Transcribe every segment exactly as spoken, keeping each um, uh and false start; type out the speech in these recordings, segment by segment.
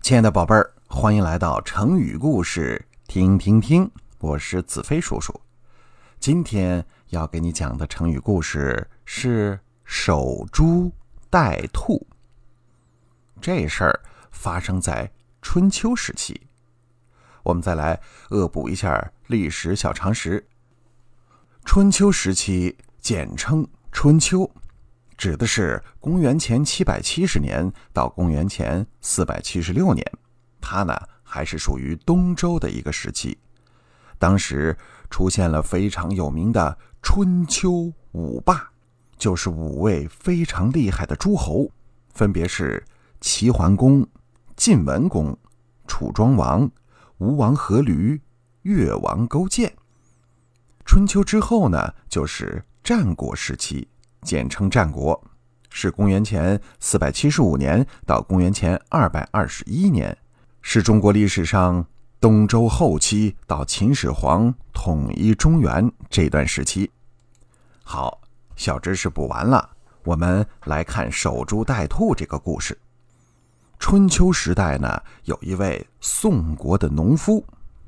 亲爱的宝贝儿，欢迎来到成语故事听听听，我是子飞叔叔。今天要给你讲的成语故事是守株待兔。这事儿发生在春秋时期。我们再来恶补一下历史小常识。春秋时期简称春秋，指的是公元前七百七十年到公元前四百七十六年，它呢还是属于东周的一个时期。当时出现了非常有名的春秋五霸，就是五位非常厉害的诸侯，分别是齐桓公、晋文公、楚庄王、吴王阖闾、越王勾践。春秋之后呢，就是战国时期，简称战国，是公元前四百七十五年到公元前二百二十一年，是中国历史上东周后期到秦始皇统一中原这段时期。好，小知识补完了，我们来看守株待兔这个故事。春秋时代呢，有一位宋国的农夫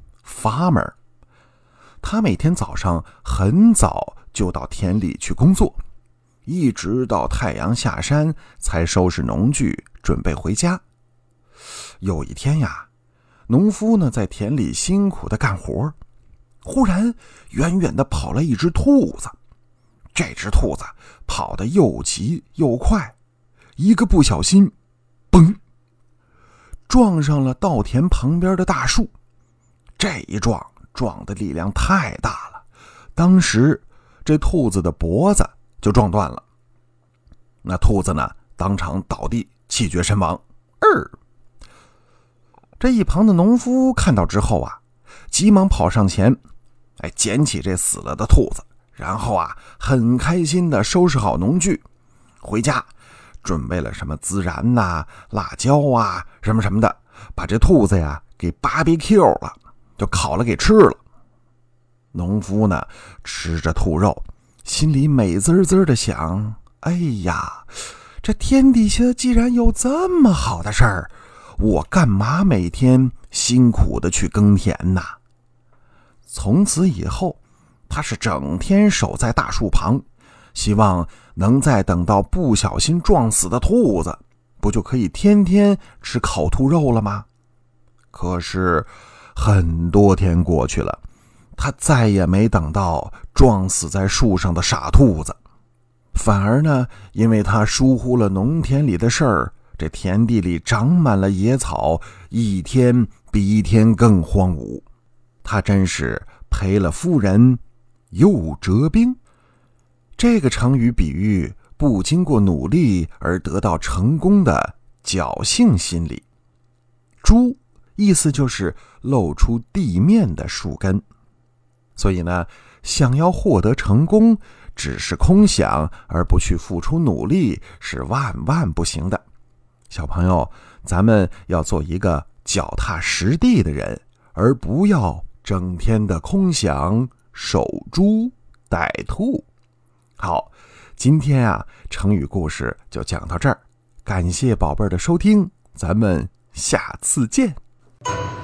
farmer， 他每天早上很早就到田里去工作，一直到太阳下山才收拾农具准备回家。有一天呀，农夫呢在田里辛苦的干活，忽然远远的跑来一只兔子。这只兔子跑得又急又快，一个不小心嘣，撞上了稻田旁边的大树。这一撞撞的力量太大了，当时这兔子的脖子就撞断了。那兔子呢当场倒地气绝身亡。呃这一旁的农夫看到之后啊，急忙跑上前，哎，捡起这死了的兔子，然后啊，很开心的收拾好农具，回家准备了什么孜然呐、啊、辣椒啊，什么什么的，把这兔子呀给 B B Q 了，就烤了给吃了。农夫呢吃着兔肉，心里美滋滋的想：哎呀，这天底下既然有这么好的事儿，我干嘛每天辛苦的去耕田呢？从此以后，他是整天守在大树旁，希望能再等到不小心撞死的兔子，不就可以天天吃烤兔肉了吗？可是很多天过去了，他再也没等到撞死在树上的傻兔子，反而呢，因为他疏忽了农田里的事儿，这田地里长满了野草，一天比一天更荒芜。他真是赔了夫人又折兵。这个成语比喻不经过努力而得到成功的侥幸心理。株意思就是露出地面的树根，所以呢，想要获得成功，只是空想而不去付出努力是万万不行的。小朋友，咱们要做一个脚踏实地的人，而不要整天的空想守株待兔。好，今天啊，成语故事就讲到这儿，感谢宝贝儿的收听，咱们下次见。